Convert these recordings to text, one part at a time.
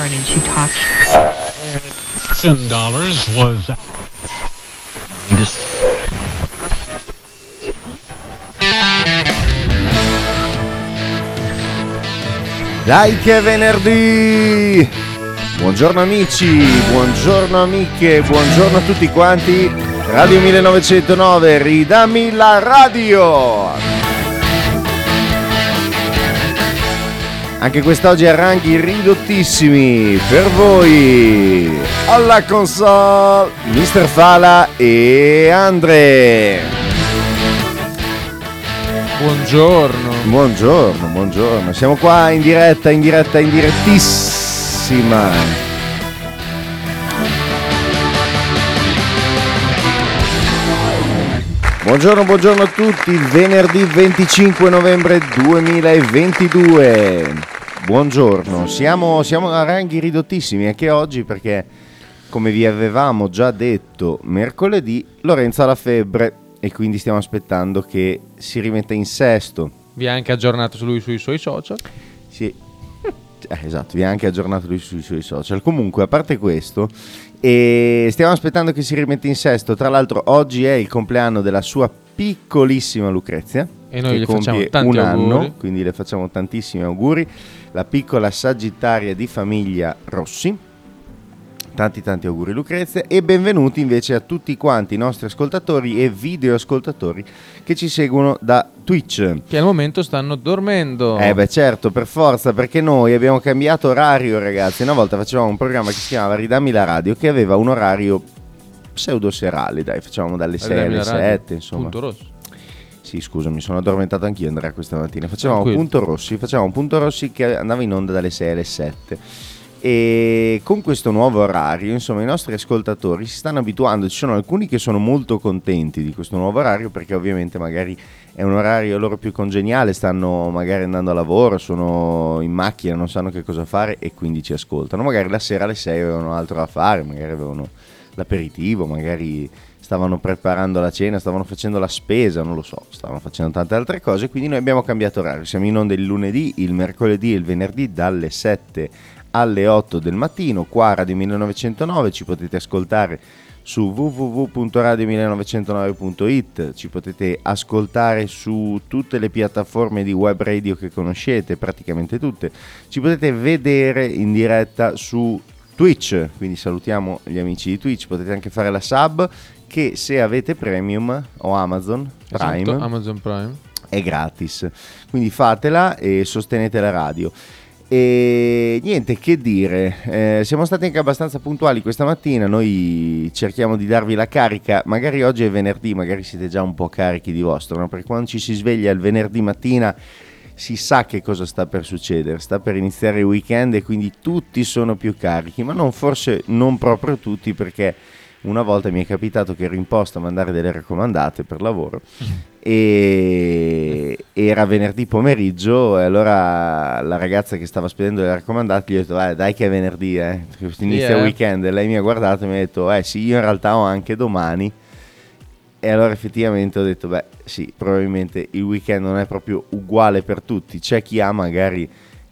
started to talk. $10 was Dai che è venerdì! Buongiorno amici, buongiorno amiche, buongiorno a tutti quanti. Radio 1909, ridammi la radio! Anche quest'oggi a ranghi ridottissimi per voi. Alla console, Mr. Fala e Andre. Buongiorno. Siamo qua in direttissima. Buongiorno a tutti, venerdì 25 novembre 2022. Buongiorno, siamo a ranghi ridottissimi anche oggi perché, come vi avevamo già detto mercoledì, Lorenzo ha la febbre e quindi stiamo aspettando che si rimetta in sesto. Vi ha anche aggiornato sui suoi social? Sì, esatto, vi ha anche aggiornato lui sui suoi social. Comunque, a parte questo, stiamo aspettando che si rimetta in sesto. Tra l'altro oggi è il compleanno della sua piccolissima Lucrezia e noi che le facciamo compie tanti un auguri. anno, quindi le facciamo tantissimi auguri. La piccola sagittaria di famiglia Rossi. Tanti auguri Lucrezia e benvenuti invece a tutti quanti i nostri ascoltatori e videoascoltatori che ci seguono da Twitch. Che al momento stanno dormendo. Certo, per forza, perché noi abbiamo cambiato orario, ragazzi. Una volta facevamo un programma che si chiamava Ridammi la radio, che aveva un orario pseudo serale, dai, facevamo dalle 6 alle 7, insomma. Punto rosso. Sì, scusa, mi sono addormentato anch'io, Andrea, questa mattina. Facevamo Punto Rossi che andava in onda dalle 6 alle 7. E con questo nuovo orario, insomma, i nostri ascoltatori si stanno abituando. Ci sono alcuni che sono molto contenti di questo nuovo orario perché ovviamente magari è un orario loro più congeniale, stanno magari andando a lavoro, sono in macchina, non sanno che cosa fare e quindi ci ascoltano. Magari la sera alle 6 avevano altro da fare, magari avevano l'aperitivo, magari stavano preparando la cena, stavano facendo la spesa, non lo so, stavano facendo tante altre cose, quindi noi abbiamo cambiato orario. Siamo in onda il lunedì, il mercoledì e il venerdì dalle 7 alle 8 del mattino, qua Radio 1909, ci potete ascoltare su www.radio1909.it, ci potete ascoltare su tutte le piattaforme di web radio che conoscete, praticamente tutte, ci potete vedere in diretta su Twitch, quindi salutiamo gli amici di Twitch, potete anche fare la sub che se avete Premium o Amazon Prime, esatto, Amazon Prime è gratis, quindi fatela e sostenete la radio. E niente che dire, siamo stati anche abbastanza puntuali questa mattina, noi cerchiamo di darvi la carica, magari oggi è venerdì, magari siete già un po' carichi di vostro, no? Perché quando ci si sveglia il venerdì mattina si sa che cosa sta per succedere, sta per iniziare il weekend e quindi tutti sono più carichi, ma forse non proprio tutti, perché una volta mi è capitato che ero in posta a mandare delle raccomandate per lavoro e era venerdì pomeriggio e allora la ragazza che stava spedendo le raccomandate gli ho detto dai che è venerdì, inizia il weekend, e lei mi ha guardato e mi ha detto sì, io in realtà ho anche domani. E allora effettivamente ho detto sì, probabilmente il weekend non è proprio uguale per tutti, c'è chi ha magari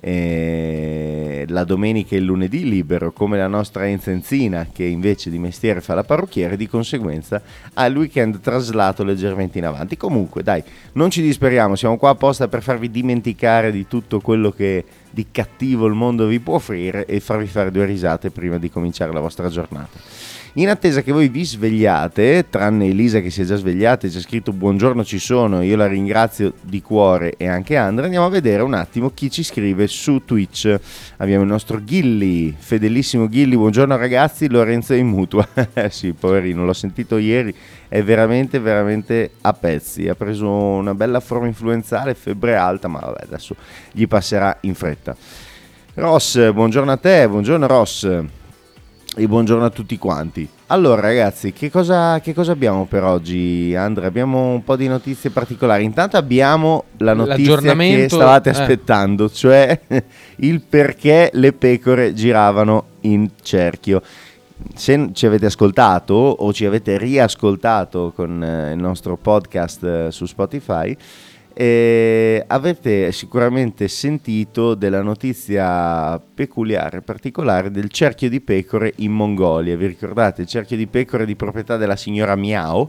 la domenica e il lunedì libero, come la nostra Enzenzina che invece di mestiere fa la parrucchiere, di conseguenza ha il weekend traslato leggermente in avanti. Comunque dai, non ci disperiamo, siamo qua apposta per farvi dimenticare di tutto quello che di cattivo il mondo vi può offrire e farvi fare due risate prima di cominciare la vostra giornata. In attesa che voi vi svegliate, tranne Elisa che si è già svegliata e ci ha scritto buongiorno, ci sono, io la ringrazio di cuore, e anche Andrea, andiamo a vedere un attimo chi ci scrive su Twitch. Abbiamo il nostro Ghilli, fedelissimo Ghilli, buongiorno ragazzi, Lorenzo è in mutua. Sì, poverino, l'ho sentito ieri, è veramente a pezzi, ha preso una bella forma influenzale, febbre alta, ma vabbè, adesso gli passerà in fretta. Ross, buongiorno a te, buongiorno Ross. E buongiorno a tutti quanti. Allora ragazzi, che cosa abbiamo per oggi, Andrea? Abbiamo un po' di notizie particolari. Intanto abbiamo la notizia che stavate aspettando, cioè il perché le pecore giravano in cerchio. Se ci avete ascoltato o ci avete riascoltato con il nostro podcast su Spotify, Avete sicuramente sentito della notizia peculiare, particolare del cerchio di pecore in Mongolia. Vi ricordate? Il cerchio di pecore di proprietà della signora Miao.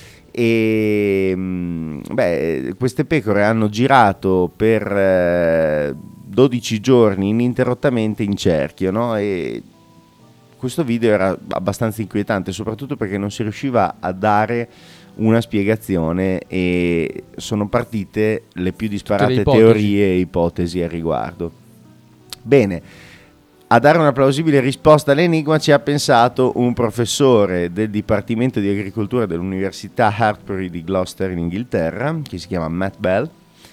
E queste pecore hanno girato per 12 giorni ininterrottamente in cerchio, no? E questo video era abbastanza inquietante, soprattutto perché non si riusciva a dare una spiegazione e sono partite le più disparate teorie e ipotesi al riguardo. Bene, a dare una plausibile risposta all'enigma ci ha pensato un professore del Dipartimento di Agricoltura dell'Università Hartpury di Gloucester in Inghilterra, che si chiama Matt Bell,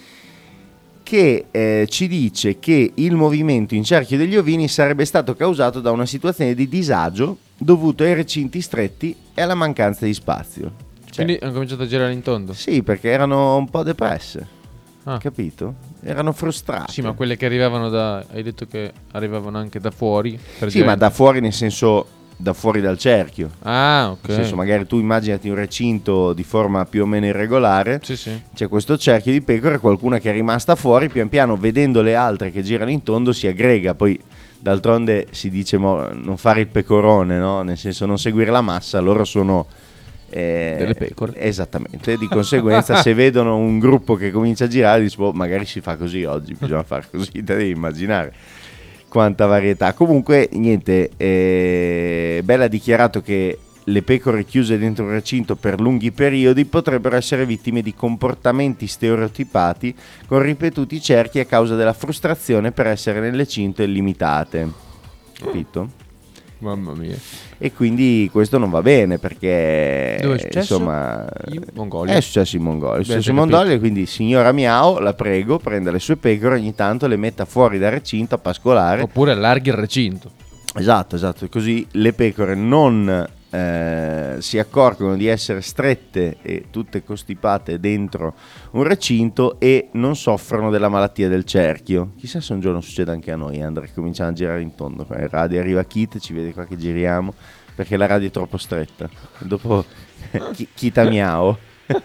che ci dice che il movimento in cerchio degli ovini sarebbe stato causato da una situazione di disagio dovuto ai recinti stretti e alla mancanza di spazio. Quindi hanno cominciato a girare in tondo? Sì, perché erano un po' depresse, capito? Erano frustrate. Sì, ma quelle che arrivavano hai detto che arrivavano anche da fuori? Sì, ma da fuori nel senso da fuori dal cerchio. Ah, ok. Nel senso, magari tu immaginati un recinto di forma più o meno irregolare. Sì, sì. C'è questo cerchio di pecore, qualcuna che è rimasta fuori, pian piano vedendo le altre che girano in tondo si aggrega. Poi d'altronde si dice non fare il pecorone, no? Nel senso non seguire la massa, loro sono delle pecore. Esattamente, di conseguenza se vedono un gruppo che comincia a girare dicono magari si fa così oggi, bisogna fare così, te devi immaginare quanta varietà. Comunque niente, Bell ha dichiarato che le pecore chiuse dentro un recinto per lunghi periodi potrebbero essere vittime di comportamenti stereotipati con ripetuti cerchi a causa della frustrazione per essere nel recinto illimitate, capito? Mamma mia. E quindi questo non va bene perché dove è successo? Insomma, in Mongolia. È successo in Mongolia. È successo in Mongolia, quindi signora Miao, la prego, prenda le sue pecore, ogni tanto le metta fuori dal recinto a pascolare. Oppure allarghi il recinto. Esatto, così le pecore non si accorgono di essere strette e tutte costipate dentro un recinto e non soffrono della malattia del cerchio. Chissà se un giorno succede anche a noi, Andrea, cominciamo a girare in tondo. In radio arriva Kit, ci vede qua che giriamo perché la radio è troppo stretta. Dopo Kita Miao.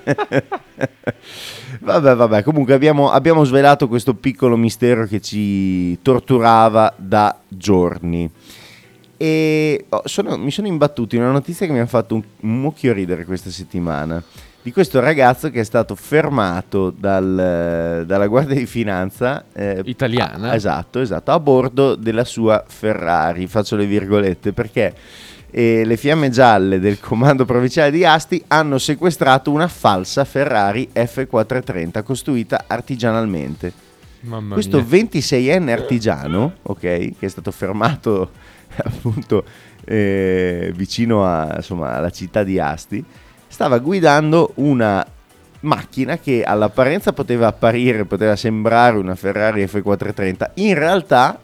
Vabbè, comunque abbiamo svelato questo piccolo mistero che ci torturava da giorni. E mi sono imbattuto in una notizia che mi ha fatto un mucchio ridere questa settimana, di questo ragazzo che è stato fermato dalla Guardia di Finanza italiana. Esatto, a bordo della sua Ferrari, faccio le virgolette, perché le fiamme gialle del comando provinciale di Asti hanno sequestrato una falsa Ferrari F430 costruita artigianalmente. Mamma questo mia. 26enne artigiano, ok, che è stato fermato appunto vicino alla città di Asti, stava guidando una macchina che all'apparenza poteva sembrare una Ferrari F430, in realtà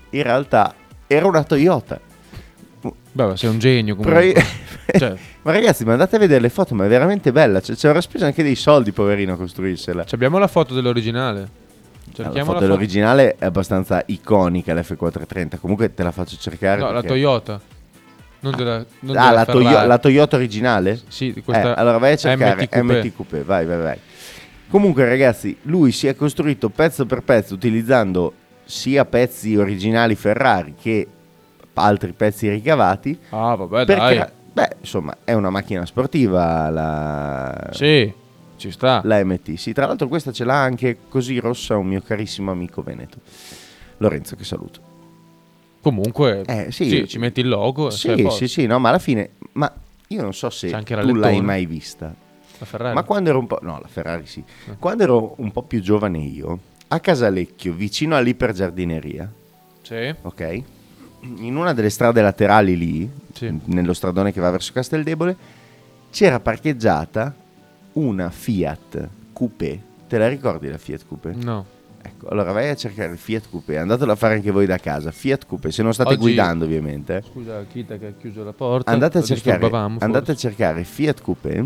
era una Toyota. Beh, sei un genio comunque. Cioè. Ma ragazzi, ma andate a vedere le foto, ma è veramente bella, ci avrà speso anche dei soldi poverino a costruirsela. Abbiamo la foto dell'originale. La foto dell'originale è abbastanza iconica, l'F430. Comunque te la faccio cercare. No, perché... la Toyota. Non della la Toyota originale? Sì, questa allora vai a cercare MT Coupé. Vai. Comunque ragazzi, lui si è costruito pezzo per pezzo utilizzando sia pezzi originali Ferrari che altri pezzi ricavati. Ah, vabbè, dai. Insomma, è una macchina sportiva. Sì. Ci sta. La MT, sì, tra l'altro questa ce l'ha anche così rossa un mio carissimo amico veneto, Lorenzo, che saluto. Comunque sì, ci metti il logo. Sì, no, ma alla fine, ma io non so se tu l'hai mai vista. La Ferrari? Ma quando ero un po', no, la Ferrari sì. Quando ero un po' più giovane io, a Casalecchio, vicino all'ipergiardineria, sì, ok, in una delle strade laterali lì, sì, nello stradone che va verso Casteldebole, c'era parcheggiata una Fiat Coupé. Te la ricordi la Fiat Coupé? No. Ecco, allora vai a cercare il Fiat Coupé, andatelo a fare anche voi da casa. Fiat Coupé, se non state guidando ovviamente. Scusa Kita che ha chiuso la porta. Andate a cercare Fiat Coupé.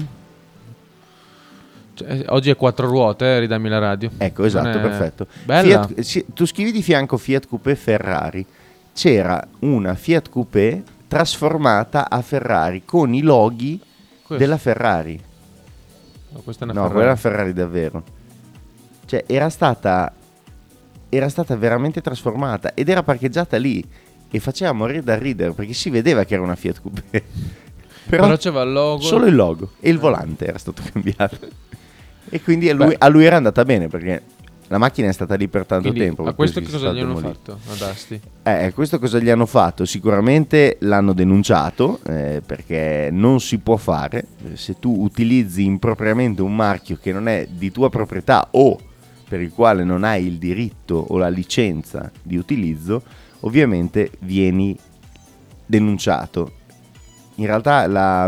Oggi è 4 ruote, ridammi la radio. Ecco, esatto, perfetto. Bella. Tu scrivi di fianco Fiat Coupé Ferrari. C'era una Fiat Coupé trasformata a Ferrari con i loghi della Ferrari. No, questa è una no, Ferrari. quella è una Ferrari davvero. Cioè era stata veramente trasformata ed era parcheggiata lì e faceva morire da ridere perché si vedeva che era una Fiat Coupé. Però c'era il logo. Solo il logo e il volante era stato cambiato. E quindi a lui era andata bene perché la macchina è stata lì per tanto tempo. A questo che cosa gli hanno fatto ad Asti? Questo cosa gli hanno fatto? Sicuramente l'hanno denunciato perché non si può fare. Se tu utilizzi impropriamente un marchio che non è di tua proprietà o per il quale non hai il diritto o la licenza di utilizzo, ovviamente vieni denunciato. In realtà la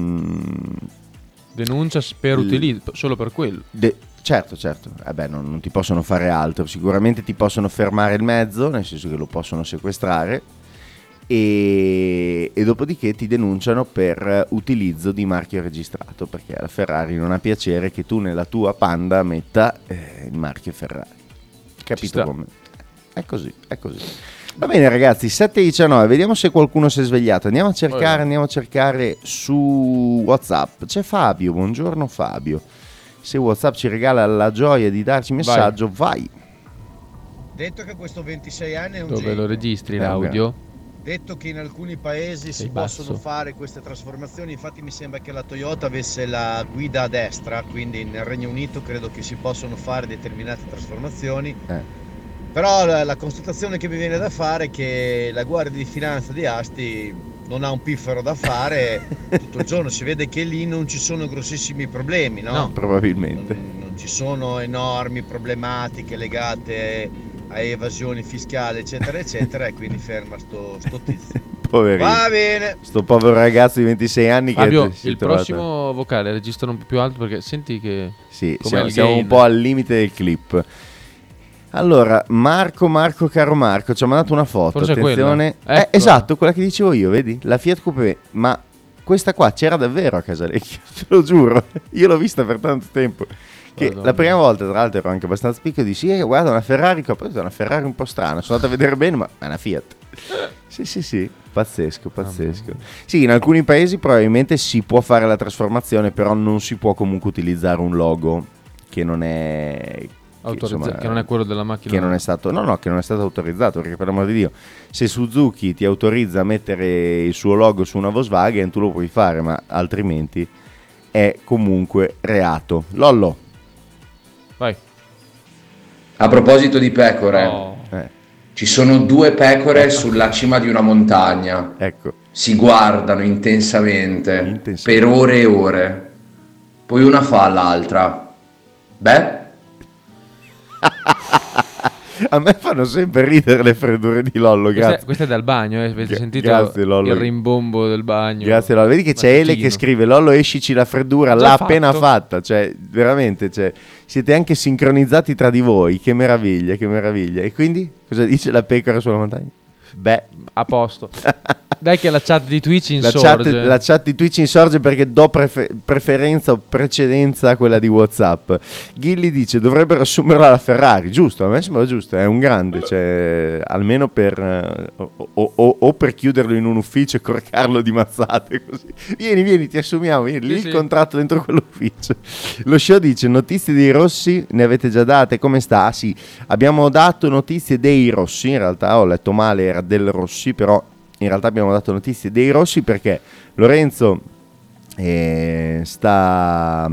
denuncia per utilizzo, solo per quello. Certo, non ti possono fare altro. Sicuramente ti possono fermare il mezzo, nel senso che lo possono sequestrare e dopodiché ti denunciano per utilizzo di marchio registrato, perché alla Ferrari non ha piacere che tu nella tua Panda metta il marchio Ferrari. Capito come? È così. Va bene ragazzi, 7:19, vediamo se qualcuno si è svegliato. Andiamo a cercare su WhatsApp. C'è Fabio, buongiorno Fabio. Se WhatsApp ci regala la gioia di darci messaggio, vai. Detto che questo 26 anni è un Dove lo registri l'audio? Detto che in alcuni paesi si possono fare queste trasformazioni, infatti mi sembra che la Toyota avesse la guida a destra, quindi nel Regno Unito credo che si possono fare determinate trasformazioni. Però la constatazione che mi viene da fare è che la Guardia di Finanza di Asti non ha un piffero da fare, tutto il giorno si vede che lì non ci sono grossissimi problemi, no? No, probabilmente. Non ci sono enormi problematiche legate a evasioni fiscali, eccetera, eccetera, e quindi ferma sto tizio. Poverino. Va bene. Sto povero ragazzo di 26 anni Fabio, che il prossimo vocale registrano un po' più alto perché senti che... Sì, siamo un po' al limite del clip. Allora, Marco, caro Marco, ci ha mandato una foto. Forse attenzione. Ecco. Esatto, quella che dicevo io, vedi? La Fiat Coupé, ma questa qua c'era davvero a Casalecchio, te lo giuro. Io l'ho vista per tanto tempo. Che la prima volta, tra l'altro, ero anche abbastanza piccolo, dissi, guarda, una Ferrari, ho preso una Ferrari un po' strana, sono andato a vedere bene, ma è una Fiat. Sì, pazzesco. Sì, in alcuni paesi probabilmente si può fare la trasformazione, però non si può comunque utilizzare un logo che non è... che non è quello della macchina, che non è stato autorizzato, perché per l'amor di Dio, se Suzuki ti autorizza a mettere il suo logo su una Volkswagen tu lo puoi fare, ma altrimenti è comunque reato. Lollo, vai. A proposito di pecore, ci sono due pecore sulla cima di una montagna, ecco, si guardano intensamente per ore e ore, poi una fa all'altra, beh, a me fanno sempre ridere le freddure di Lollo. Grazie. Questa è dal bagno, avete sentito? Grazie, Lollo. Il rimbombo del bagno. Grazie Lollo. Vedi che c'è Ele che scrive: Lollo, escici la freddura, l'ha appena fatta. Cioè, veramente, siete anche sincronizzati tra di voi. Che meraviglia. E quindi cosa dice la pecora sulla montagna? Beh, a posto. Dai che la chat di Twitch insorge. La chat di Twitch insorge perché do preferenza o precedenza a quella di WhatsApp. Ghilli dice dovrebbero assumerla la Ferrari. Giusto, a me sembra giusto, è un grande, cioè, almeno per o per chiuderlo in un ufficio e corcarlo di mazzate così. Vieni, ti assumiamo, lì il contratto dentro quell'ufficio. Lo show dice notizie dei Rossi, ne avete già date, come sta? Ah sì, abbiamo dato notizie dei Rossi, in realtà ho letto male, era del Rossi, però in realtà abbiamo dato notizie dei Rossi perché Lorenzo sta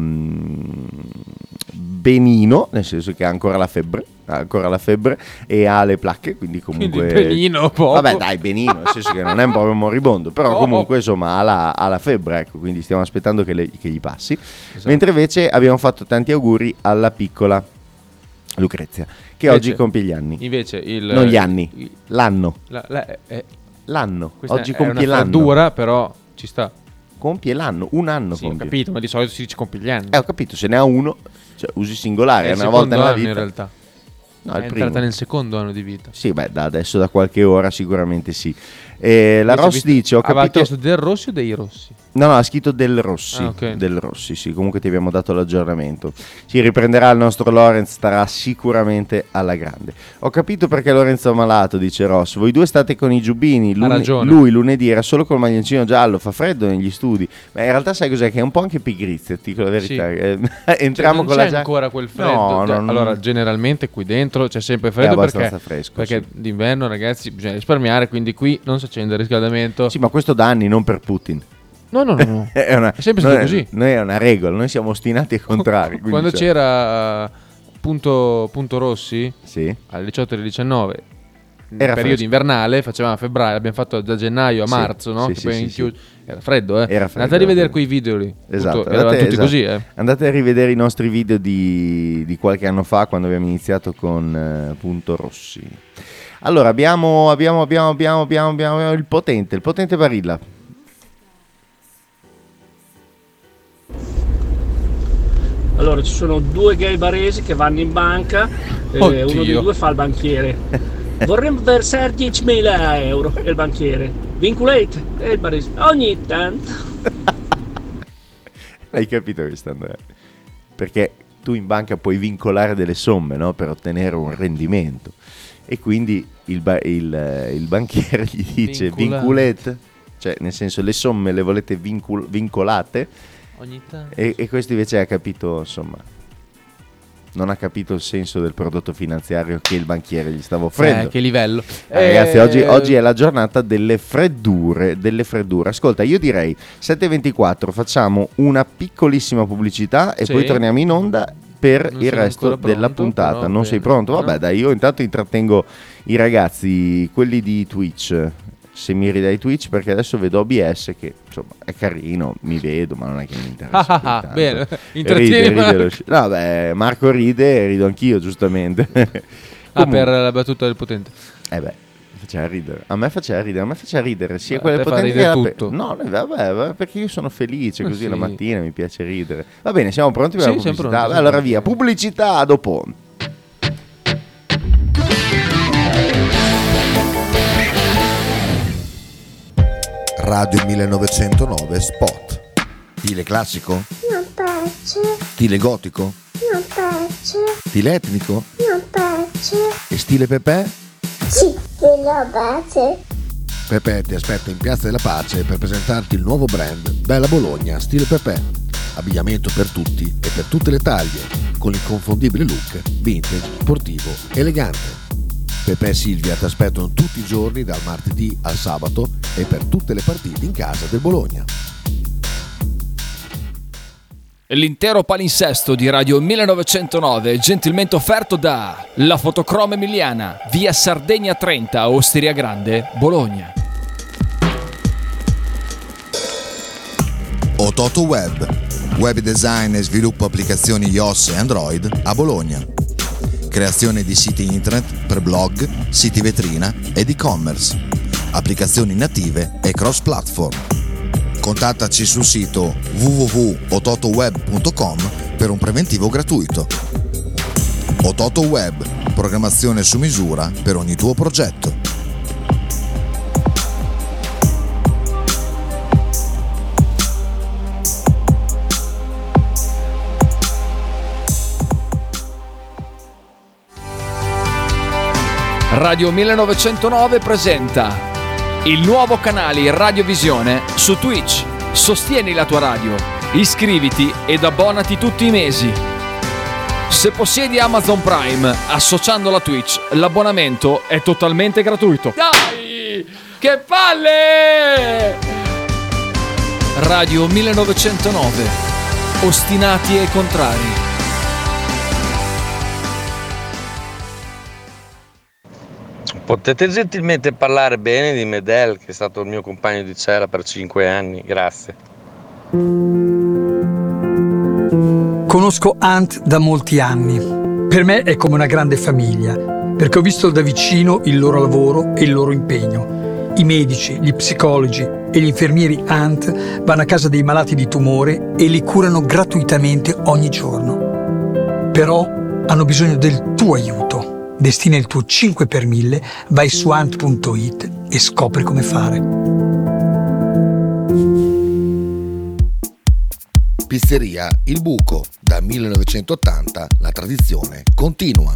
benino, nel senso che ha ancora la febbre e ha le placche, quindi comunque benino, vabbè dai, benino, nel senso che non è proprio moribondo, però comunque insomma ha la febbre, ecco, quindi stiamo aspettando che gli passi. Esatto. Mentre invece abbiamo fatto tanti auguri alla piccola Lucrezia che invece, oggi compie gli anni. Invece non gli anni, l'anno. L'anno. Oggi compie l'anno. È dura, però ci sta. Compie l'anno, un anno sì, compie. Ho capito, ma di solito si dice compie gli anni. Ho capito, se ne ha uno, cioè usi singolare, è una volta nella vita. In realtà. No, è entrata nel secondo anno di vita. Sì, beh, da qualche ora sicuramente sì. La Ross dice, ho capito... Aveva chiesto del Rossi o dei Rossi? No, ha scritto Del Rossi. Okay. Del Rossi, sì, comunque ti abbiamo dato l'aggiornamento. Si riprenderà il nostro Lorenz, starà sicuramente alla grande. Ho capito perché Lorenzo è malato, dice Ross. Voi due state con i giubbini. Lui lunedì era solo col maglioncino giallo, fa freddo negli studi. Ma in realtà sai cos'è? Che è un po' anche pigrizia, ti dico la verità. Sì. Entriamo con la giacca. C'è ancora quel freddo? No, allora, generalmente qui dentro c'è sempre freddo fresco, perché d'inverno, ragazzi, bisogna risparmiare, quindi qui non si accende il riscaldamento. Sì, ma questo da anni, non per Putin. No. è sempre stato così. Noi è una regola, noi siamo ostinati e contrari. Quando c'era punto Rossi, sì, alle 18 e alle 19, era periodo fresco. invernale, facevamo a febbraio, abbiamo fatto da gennaio a marzo, no? Sì, che poi sì. Era freddo, Era freddo. Andate a rivedere quei video lì. Esatto. Eravamo tutti così, Andate a rivedere i nostri video di qualche anno fa, quando abbiamo iniziato con Punto Rossi. Allora, abbiamo il potente Barilla. Allora, ci sono due gay baresi che vanno in banca e uno dei due fa il banchiere. Vorremmo versare 10.000 euro, e il banchiere. Vinculate? E il barese. Ogni tanto. Hai capito questa, Andrea? Perché tu in banca puoi vincolare delle somme, no? Per ottenere un rendimento. E quindi il banchiere gli dice vinculate, cioè nel senso le somme le volete vincolate. Ogni tanto. E questo invece ha capito, insomma, non ha capito il senso del prodotto finanziario che il banchiere gli stava offrendo. Che livello. Ragazzi, oggi è la giornata delle freddure. Ascolta, io direi 7:24, facciamo una piccolissima pubblicità e poi torniamo in onda per il resto della puntata. Non sei pronto? Vabbè, dai, io intanto intrattengo i ragazzi, quelli di Twitch. Se mi ridai Twitch, perché adesso vedo OBS che insomma è carino, mi vedo, ma non è che mi interessa. Bene, intrattieni. No, beh, Marco ride e rido anch'io, giustamente. Per la battuta del potente. Faceva ridere. A me faceva ridere sia quella del potente che tutto. No, vabbè, perché io sono felice così la mattina, mi piace ridere. Va bene, siamo pronti per la pubblicità. Pronti, allora via, pubblicità dopo. Radio 1909 Spot. Stile classico? Non piace. Stile gotico? Non piace. Stile etnico? Non piace. E stile Pepe? Sì, lo piace. Pepe ti aspetta in Piazza della Pace per presentarti il nuovo brand Bella Bologna Stile Pepe. Abbigliamento per tutti e per tutte le taglie, con l'inconfondibile look vintage, sportivo, elegante. Pepe e Silvia ti aspettano tutti i giorni dal martedì al sabato e per tutte le partite in casa del Bologna. L'intero palinsesto di Radio 1909 è gentilmente offerto da La Fotocroma Emiliana, via Sardegna 30, Osteria Grande, Bologna. Ototo Web, web design e sviluppo applicazioni iOS e Android a Bologna. Creazione di siti internet per blog, siti vetrina ed e-commerce, applicazioni native e cross-platform. Contattaci sul sito www.ototoweb.com per un preventivo gratuito. Ototo Web, programmazione su misura per ogni tuo progetto. Radio 1909 presenta il nuovo canale Radiovisione su Twitch. Sostieni la tua radio, iscriviti ed abbonati tutti i mesi. Se possiedi Amazon Prime, associandola a Twitch, l'abbonamento è totalmente gratuito. Dai! Che palle! Radio 1909. Ostinati e contrari. Potete gentilmente parlare bene di Medel, che è stato il mio compagno di cella per 5 anni, grazie. Conosco Ant da molti anni. Per me è come una grande famiglia, perché ho visto da vicino il loro lavoro e il loro impegno. I medici, gli psicologi e gli infermieri Ant vanno a casa dei malati di tumore e li curano gratuitamente ogni giorno. Però hanno bisogno del tuo aiuto. Destina il tuo 5 per 1000, vai su ant.it e scopri come fare. Pizzeria Il Buco, da 1980 la tradizione continua.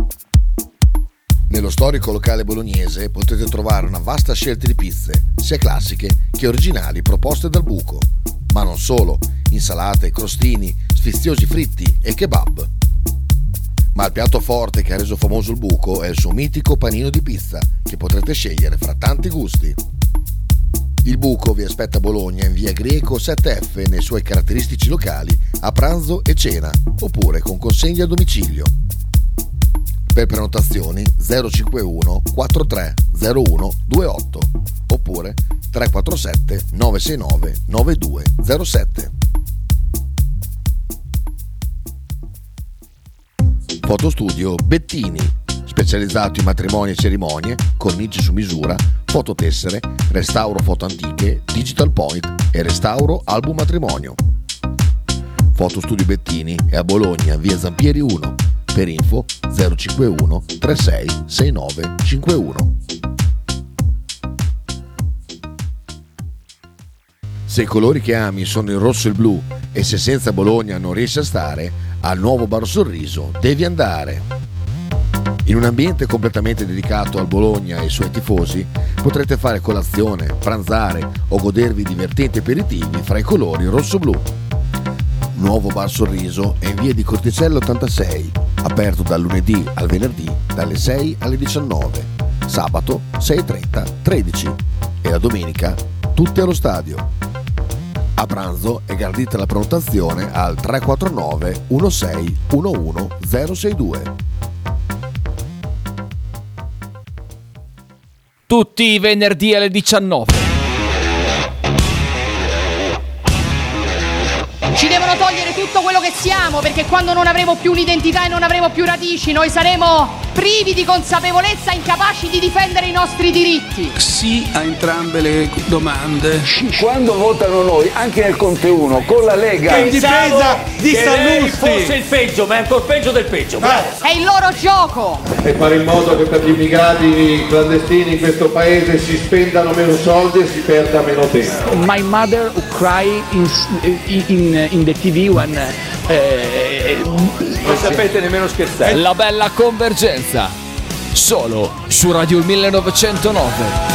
Nello storico locale bolognese potete trovare una vasta scelta di pizze, sia classiche che originali proposte dal Buco. Ma non solo, insalate, crostini, sfiziosi fritti e kebab. Ma il piatto forte che ha reso famoso il Buco è il suo mitico panino di pizza, che potrete scegliere fra tanti gusti. Il Buco vi aspetta a Bologna in via Greco 7F nei suoi caratteristici locali a pranzo e cena, oppure con consegna a domicilio. Per prenotazioni 051 4301 28 oppure 347 969 9207. Fotostudio Bettini, specializzato in matrimoni e cerimonie, cornici su misura, fototessere, restauro foto antiche, digital point e restauro album matrimonio. Fotostudio Bettini è a Bologna, via Zampieri 1. Per info 051 36 69 51. Se i colori che ami sono il rosso e il blu e se senza Bologna non riesci a stare, al nuovo Bar Sorriso devi andare. In un ambiente completamente dedicato al Bologna e ai suoi tifosi potrete fare colazione, pranzare o godervi divertenti aperitivi fra i colori rosso-blu. Nuovo Bar Sorriso è in via di Corticello 86, aperto dal lunedì al venerdì dalle 6 alle 19, sabato 6:30 13 e la domenica tutti allo stadio. A pranzo è gradita la prenotazione al 349 16 11 062. Tutti i venerdì alle 19. Ci devono togliere tutto quello che siamo, perché quando non avremo più un'identità e non avremo più radici, noi saremo privi di consapevolezza, incapaci di difendere i nostri diritti. Sì a entrambe le domande. Quando votano noi, anche nel Conte 1, con la Lega, in difesa di Sallusti, fosse il peggio, ma è ancora peggio del peggio. È il loro gioco. E fare in modo che per gli immigrati clandestini in questo paese si spendano meno soldi e si perda meno tempo. My mother cry in the TV when non sapete nemmeno scherzare. La bella convergenza solo su Radio 1909.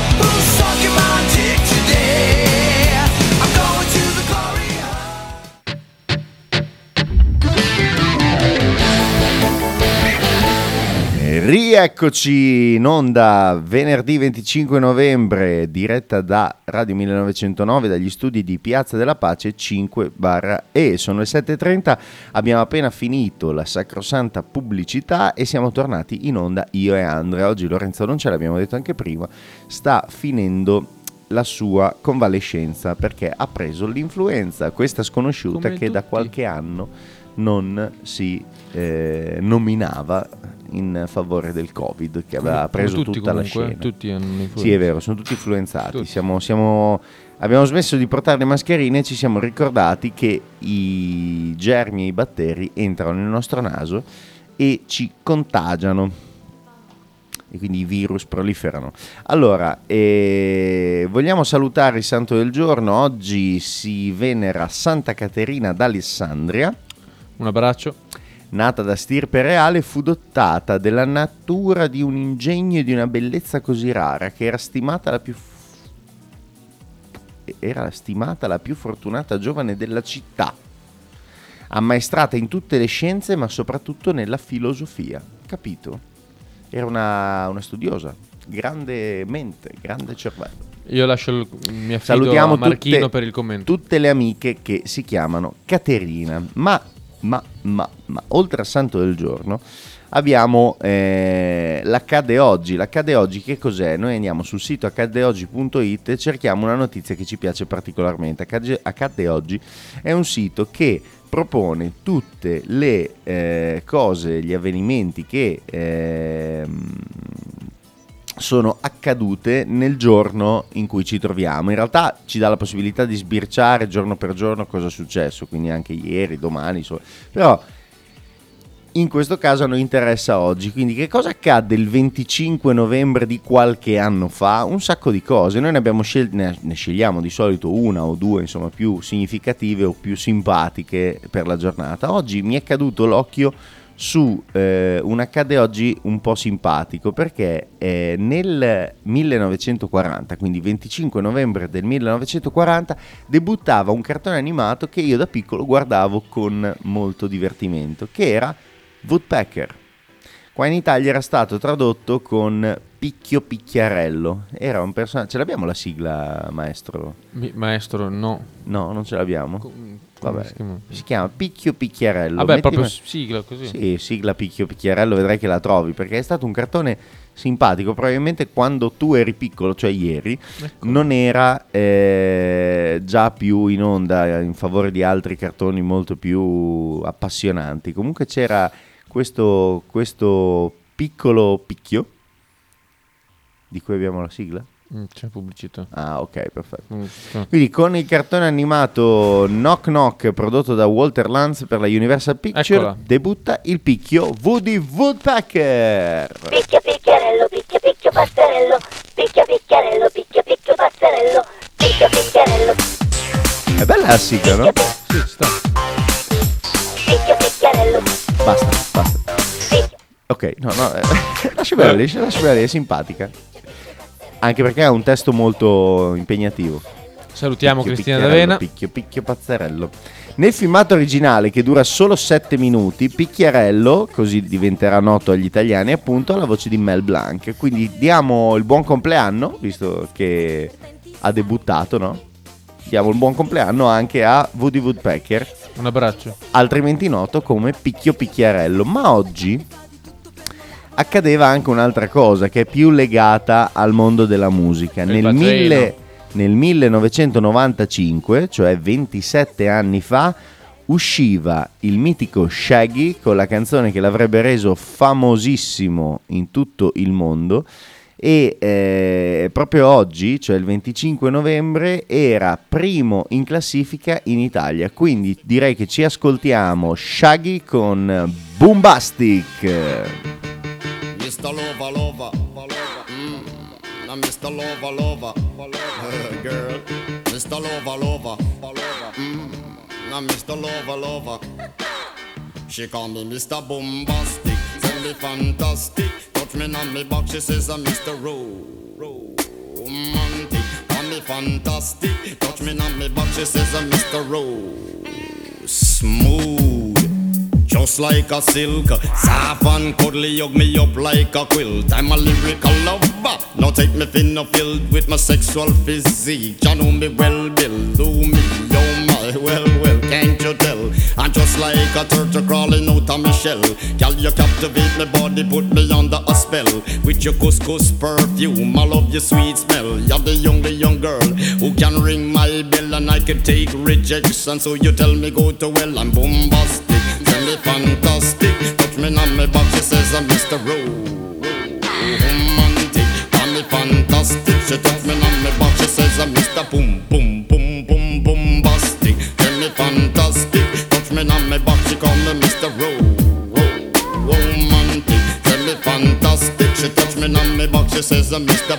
Rieccoci in onda venerdì 25 novembre, diretta da Radio 1909 dagli studi di Piazza della Pace 5/E. Sono le 7:30, abbiamo appena finito la sacrosanta pubblicità e siamo tornati in onda io e Andrea. Oggi Lorenzo non ce l'abbiamo detto anche prima, sta finendo la sua convalescenza perché ha preso l'influenza, questa sconosciuta che da qualche anno non si nominava in favore del Covid, che aveva preso tutta la scena. Tutti hanno influenza. Sì, è vero, sono tutti influenzati. Abbiamo smesso di portare le mascherine e ci siamo ricordati che i germi e i batteri entrano nel nostro naso e ci contagiano e quindi i virus proliferano. Allora, vogliamo salutare il santo del giorno. Oggi si venera Santa Caterina d'Alessandria. Un abbraccio. Nata da stirpe reale, fu dotata della natura di un ingegno e di una bellezza così rara che era stimata la più fortunata giovane della città, ammaestrata in tutte le scienze ma soprattutto nella filosofia. Capito? Era una studiosa, grande mente, grande cervello. Io lascio mi affido a Marchino per il commento. Tutte le amiche che si chiamano Caterina, ma oltre al santo del giorno abbiamo l'accade oggi. L'accade oggi che cos'è? Noi andiamo sul sito accadeoggi.it e cerchiamo una notizia che ci piace particolarmente. Accade oggi è un sito che propone tutte le cose, gli avvenimenti che sono accadute nel giorno in cui ci troviamo. In realtà ci dà la possibilità di sbirciare giorno per giorno cosa è successo, quindi anche ieri, domani, però in questo caso a noi interessa oggi. Quindi che cosa accadde il 25 novembre di qualche anno fa? Un sacco di cose. Noi ne scegliamo di solito una o due, insomma, più significative o più simpatiche per la giornata. Oggi mi è caduto l'occhio su un accade oggi un po' simpatico, perché nel 1940, quindi 25 novembre del 1940, debuttava un cartone animato che io da piccolo guardavo con molto divertimento, che era Woodpecker. Qua in Italia era stato tradotto con Picchio Picchiarello. Era un personaggio. Ce l'abbiamo la sigla, maestro? Maestro, no. No, non ce l'abbiamo. Vabbè, si chiama Picchio Picchiarello. Vabbè, proprio sigla così. Sì, sigla Picchio Picchiarello, vedrai che la trovi, perché è stato un cartone simpatico. Probabilmente quando tu eri piccolo, cioè ieri, non era già più in onda in favore di altri cartoni molto più appassionanti. Comunque c'era questo piccolo picchio, di cui abbiamo la sigla. C'è pubblicità. Ah, ok, perfetto. Quindi con il cartone animato Knock Knock, prodotto da Walter Lantz per la Universal Pictures, debutta il picchio Woody Woodpecker. Picchio picchiarello, picchio picchio pazzerello, picchio picchiarello, picchio picchio pazzerello, picchio picchiarello. È bella la sigla, no? Sì, sta. Picchio picchiarello. Basta. Ok, no, lasciamela lì, è simpatica. Anche perché ha un testo molto impegnativo. Salutiamo Cristina D'Avena. Picchio pazzerello. Nel filmato originale, che dura solo 7 minuti, Picchiarello, così diventerà noto agli italiani, appunto, ha la voce di Mel Blanc. Quindi diamo il buon compleanno, visto che ha debuttato, no? Diamo il buon compleanno anche a Woody Woodpecker. Un abbraccio. Altrimenti noto come Picchio Picchiarello. Ma oggi accadeva anche un'altra cosa che è più legata al mondo della musica. Nel 1995, cioè 27 anni fa, usciva il mitico Shaggy con la canzone che l'avrebbe reso famosissimo in tutto il mondo, e proprio oggi, cioè il 25 novembre, era primo in classifica in Italia. Quindi direi che ci ascoltiamo Shaggy con Boombastic. Mr. Lover, now Mr. Lover, girl. Mr. Lover, now Mr. Lover. She call me Mr. Boombastic, tell me fantastic. Touch me on me back, she says I'm Mr. Romantic. Call me fantastic, touch me on me back, she says I'm Mr. Smooth. Just like a silk, soft and cuddly, hug me up like a quilt. I'm a lyrical lover, now take me thin or filled with my sexual physique. You know me well, Bill, do me, oh my, well, can't you tell? I'm just like a turtle crawling out of my shell. Girl, you captivate my body, put me under a spell. With your couscous perfume, I love your sweet smell. You're the young girl who can ring my bell, and I can take rejection. So you tell me go to well, I'm bombastic. Tell me fantastic, touch me on my back, she says I'm Mr. Romantic. Tell me fantastic, she touch me on my back, she says I'm Mr. Boombastic. Tell me fantastic, touch me on my back, she call me Mr. Romantic. Tell me fantastic, she touch me on my back, she says I'm Mr.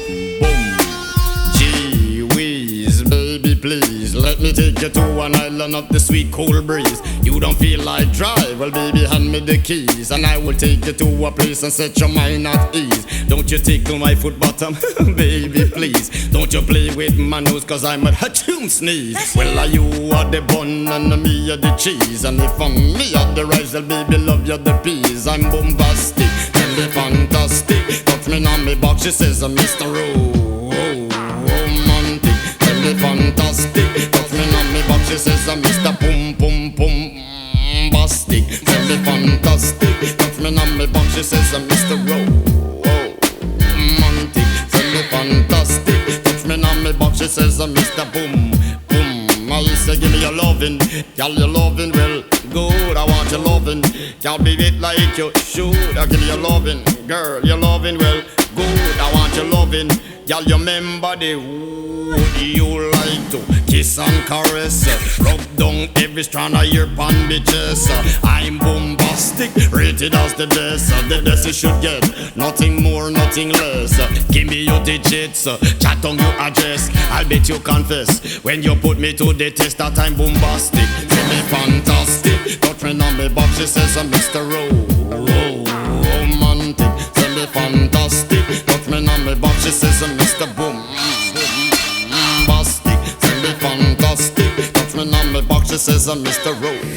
Gee whiz, baby please, let me take you to an island of the sweet cool breeze. You don't feel like drive, well baby hand me the keys, and I will take you to a place and set your mind at ease. Don't you tickle my foot bottom, baby please. Don't you play with my nose, cause I'm a hatchoon sneeze. Well you are the bun and me are the cheese, and if I'm me are the rice, well baby love you the peas. I'm bombastic, tell me fantastic, touch me on me box, she says I'm Mr. Romantic. Tell me fantastic, touch me on me box, she says I'm Mr. Boombastic. Tell me fantastic, touch me on me box, she says I'm Mr. Romantic. Tell me fantastic, touch me on me box, she says I'm Mr. Boom. I say give me your lovin', girl your lovin' well good. I want your lovin', can't be it like you should. I give me your lovin', girl your lovin' well good. I want your lovin', girl you remember the wood. You like to kiss and caress, rub down every strand of your pan bitches. I'm bombastic, rated as the best. The best you should get, nothing more, nothing less. Give me your digits, chat on your address. I'll bet you confess when you put me to the test that I'm bombastic. Tell me fantastic, got friend on me box, she says I'm Mr. Romantic. Tell me fantastic, got friend on me box, she says I'm Mr. Bombastic. Tell me fantastic, got friend on me box, she says I'm Mr.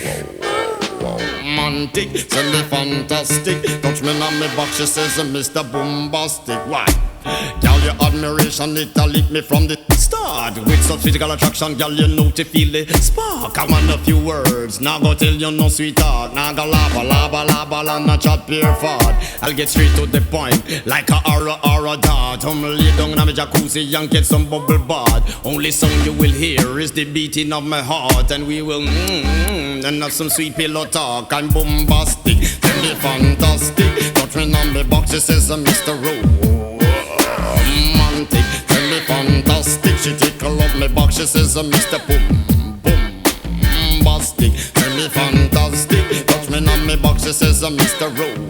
Romantic. Tell me fantastic, touch me on me box, she says I'm Mr. Bombastic. Why? Girl, your admiration, it'll lick me from the start. With such physical attraction, girl, you know to feel the spark. I want a few words, now go tell you no sweetheart. Now go laba, not chat pure fart. I'll get straight to the point, like a aura dart. Lay down in my jacuzzi and get some bubble bath. Only sound you will hear is the beating of my heart. And we will and have some sweet pillow talk. I'm bombastic, tell me fantastic. Touch me on the box, it says I'm Mr. Romantic. Tell me fantastic, she tickle up my box, she says I'm Mr. Bombastic. Tell me fantastic, touch me on my box, she says I'm Mr.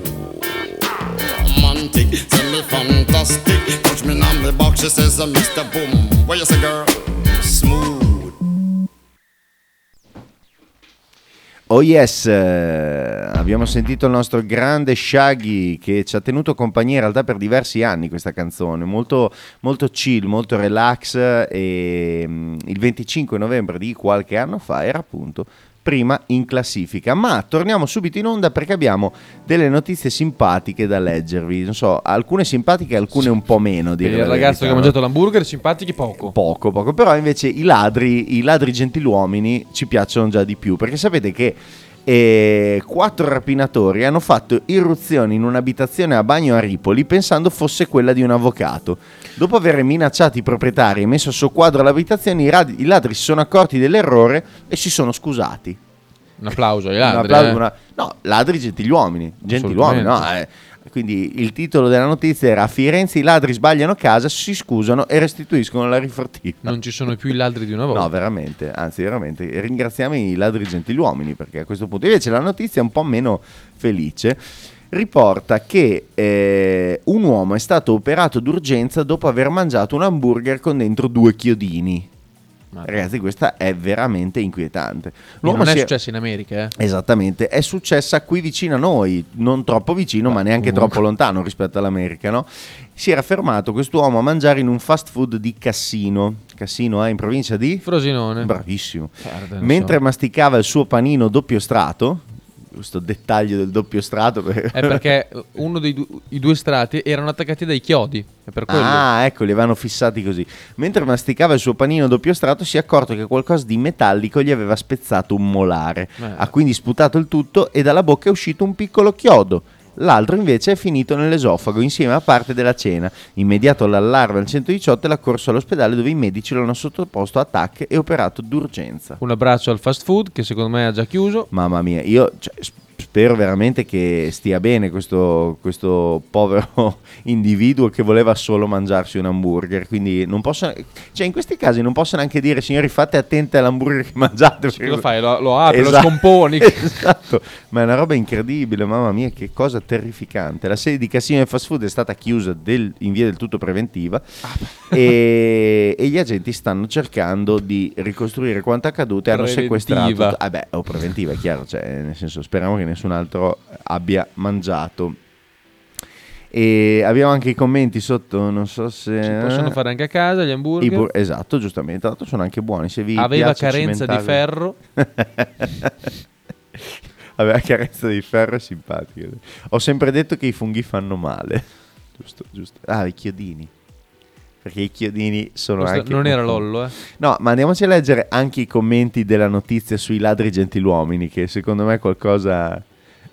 Romantic. Tell me fantastic, touch me on my box, she says I'm Mr. Boom. What you say, girl? Smooth. Oh yes, abbiamo sentito il nostro grande Shaggy che ci ha tenuto compagnia in realtà per diversi anni questa canzone, molto, molto chill, molto relax, e il 25 novembre di qualche anno fa era appunto prima in classifica. Ma torniamo subito in onda perché abbiamo delle notizie simpatiche da leggervi, non so, alcune simpatiche, alcune un po' meno. Il ragazzo che ha mangiato l'hamburger, simpatici poco, però invece i ladri gentiluomini ci piacciono già di più, perché sapete che 4 rapinatori hanno fatto irruzione in un'abitazione a Bagno a Ripoli pensando fosse quella di un avvocato. Dopo aver minacciato i proprietari e messo a soqquadro l'abitazione, i ladri si sono accorti dell'errore e si sono scusati. Un applauso ai ladri. No, ladri gentiluomini, no, Quindi il titolo della notizia era: a Firenze i ladri sbagliano casa, si scusano e restituiscono la rifortiva. Non ci sono più i ladri di una volta. No, veramente, anzi veramente, ringraziamo i ladri gentiluomini, perché a questo punto invece la notizia è un po' meno felice. Riporta che un uomo è stato operato d'urgenza dopo aver mangiato un hamburger con dentro 2 chiodini. Ragazzi, questa è veramente inquietante. Non è successo in America, Esattamente, è successa qui vicino a noi, non troppo vicino, ma neanche troppo lontano rispetto all'America, no? Si era fermato quest'uomo a mangiare in un fast food di Cassino in provincia di Frosinone. Bravissimo. Mentre masticava il suo panino doppio strato, questo dettaglio del doppio strato è perché uno dei i 2 strati erano attaccati dai chiodi, è per quello. Ecco, li avevano fissati così. Mentre masticava il suo panino doppio strato si è accorto che qualcosa di metallico gli aveva spezzato un molare. Ha quindi sputato il tutto e dalla bocca è uscito un piccolo chiodo. L'altro invece è finito nell'esofago insieme a parte della cena. Immediato l'allarme al 118 e l'ha corso all'ospedale, dove i medici lo hanno sottoposto a TAC e operato d'urgenza. Un abbraccio al fast food che secondo me ha già chiuso. Mamma mia, io spero veramente che stia bene questo povero individuo che voleva solo mangiarsi un hamburger. Quindi non posso, in questi casi non posso neanche dire: signori, fate attenti all'hamburger che mangiate. Lo fai, lo apri, lo scomponi. Esatto, ma è una roba incredibile, mamma mia, che cosa terrificante. La sede di Cassino e Fast Food è stata chiusa in via del tutto preventiva e gli agenti stanno cercando di ricostruire quanto accaduto e hanno sequestrato. Preventiva, è chiaro, nel senso, speriamo che nessun altro abbia mangiato. E abbiamo anche i commenti sotto, non so se si possono fare anche a casa gli hamburger. Esatto, giustamente, tra l'altro sono anche buoni. Se vi aveva carenza di ferro. Aveva carenza di ferro, è simpatico. Ho sempre detto che i funghi fanno male. Giusto. I chiodini. Perché i chiodini sono anche... Non era Lollo, No, ma andiamoci a leggere anche i commenti della notizia sui ladri gentiluomini, che secondo me è qualcosa...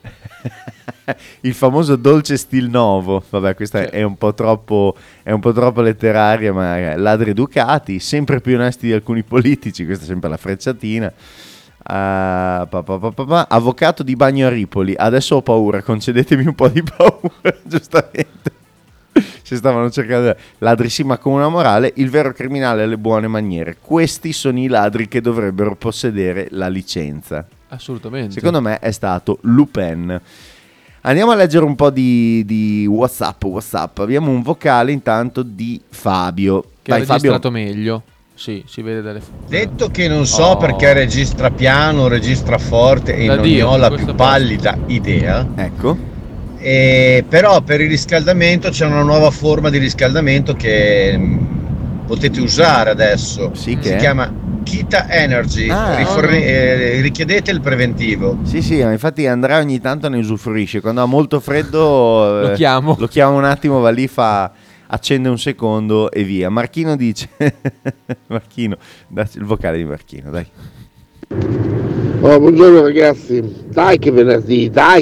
Il famoso dolce stil novo. Vabbè, questa è un po' troppo letteraria, ma ladri educati, sempre più onesti di alcuni politici. Questa è sempre la frecciatina. Avvocato di Bagno a Ripoli, adesso ho paura, concedetemi un po' di paura. Giustamente se stavano cercando ladrissima come una morale, il vero criminale ha le buone maniere. Questi sono i ladri che dovrebbero possedere la licenza. Assolutamente. Secondo me è stato Lupin. Andiamo a leggere un po' di WhatsApp. Abbiamo un vocale intanto di Fabio. Che ha registrato meglio. Sì, si vede dalle foto. Detto che non so perché registra piano, registra forte e non ne ho la più pallida idea. Ecco. Però per il riscaldamento c'è una nuova forma di riscaldamento che potete usare adesso. Sì, si chiama Kita Energy. Richiedete il preventivo. Sì, infatti Andrea ogni tanto ne usufruisce. Quando ha molto freddo lo chiamo un attimo, va lì, accende un secondo e via. Marchino dice Marchino, dacci il vocale di Marchino, dai. Buongiorno ragazzi, dai che venerdì. Dai.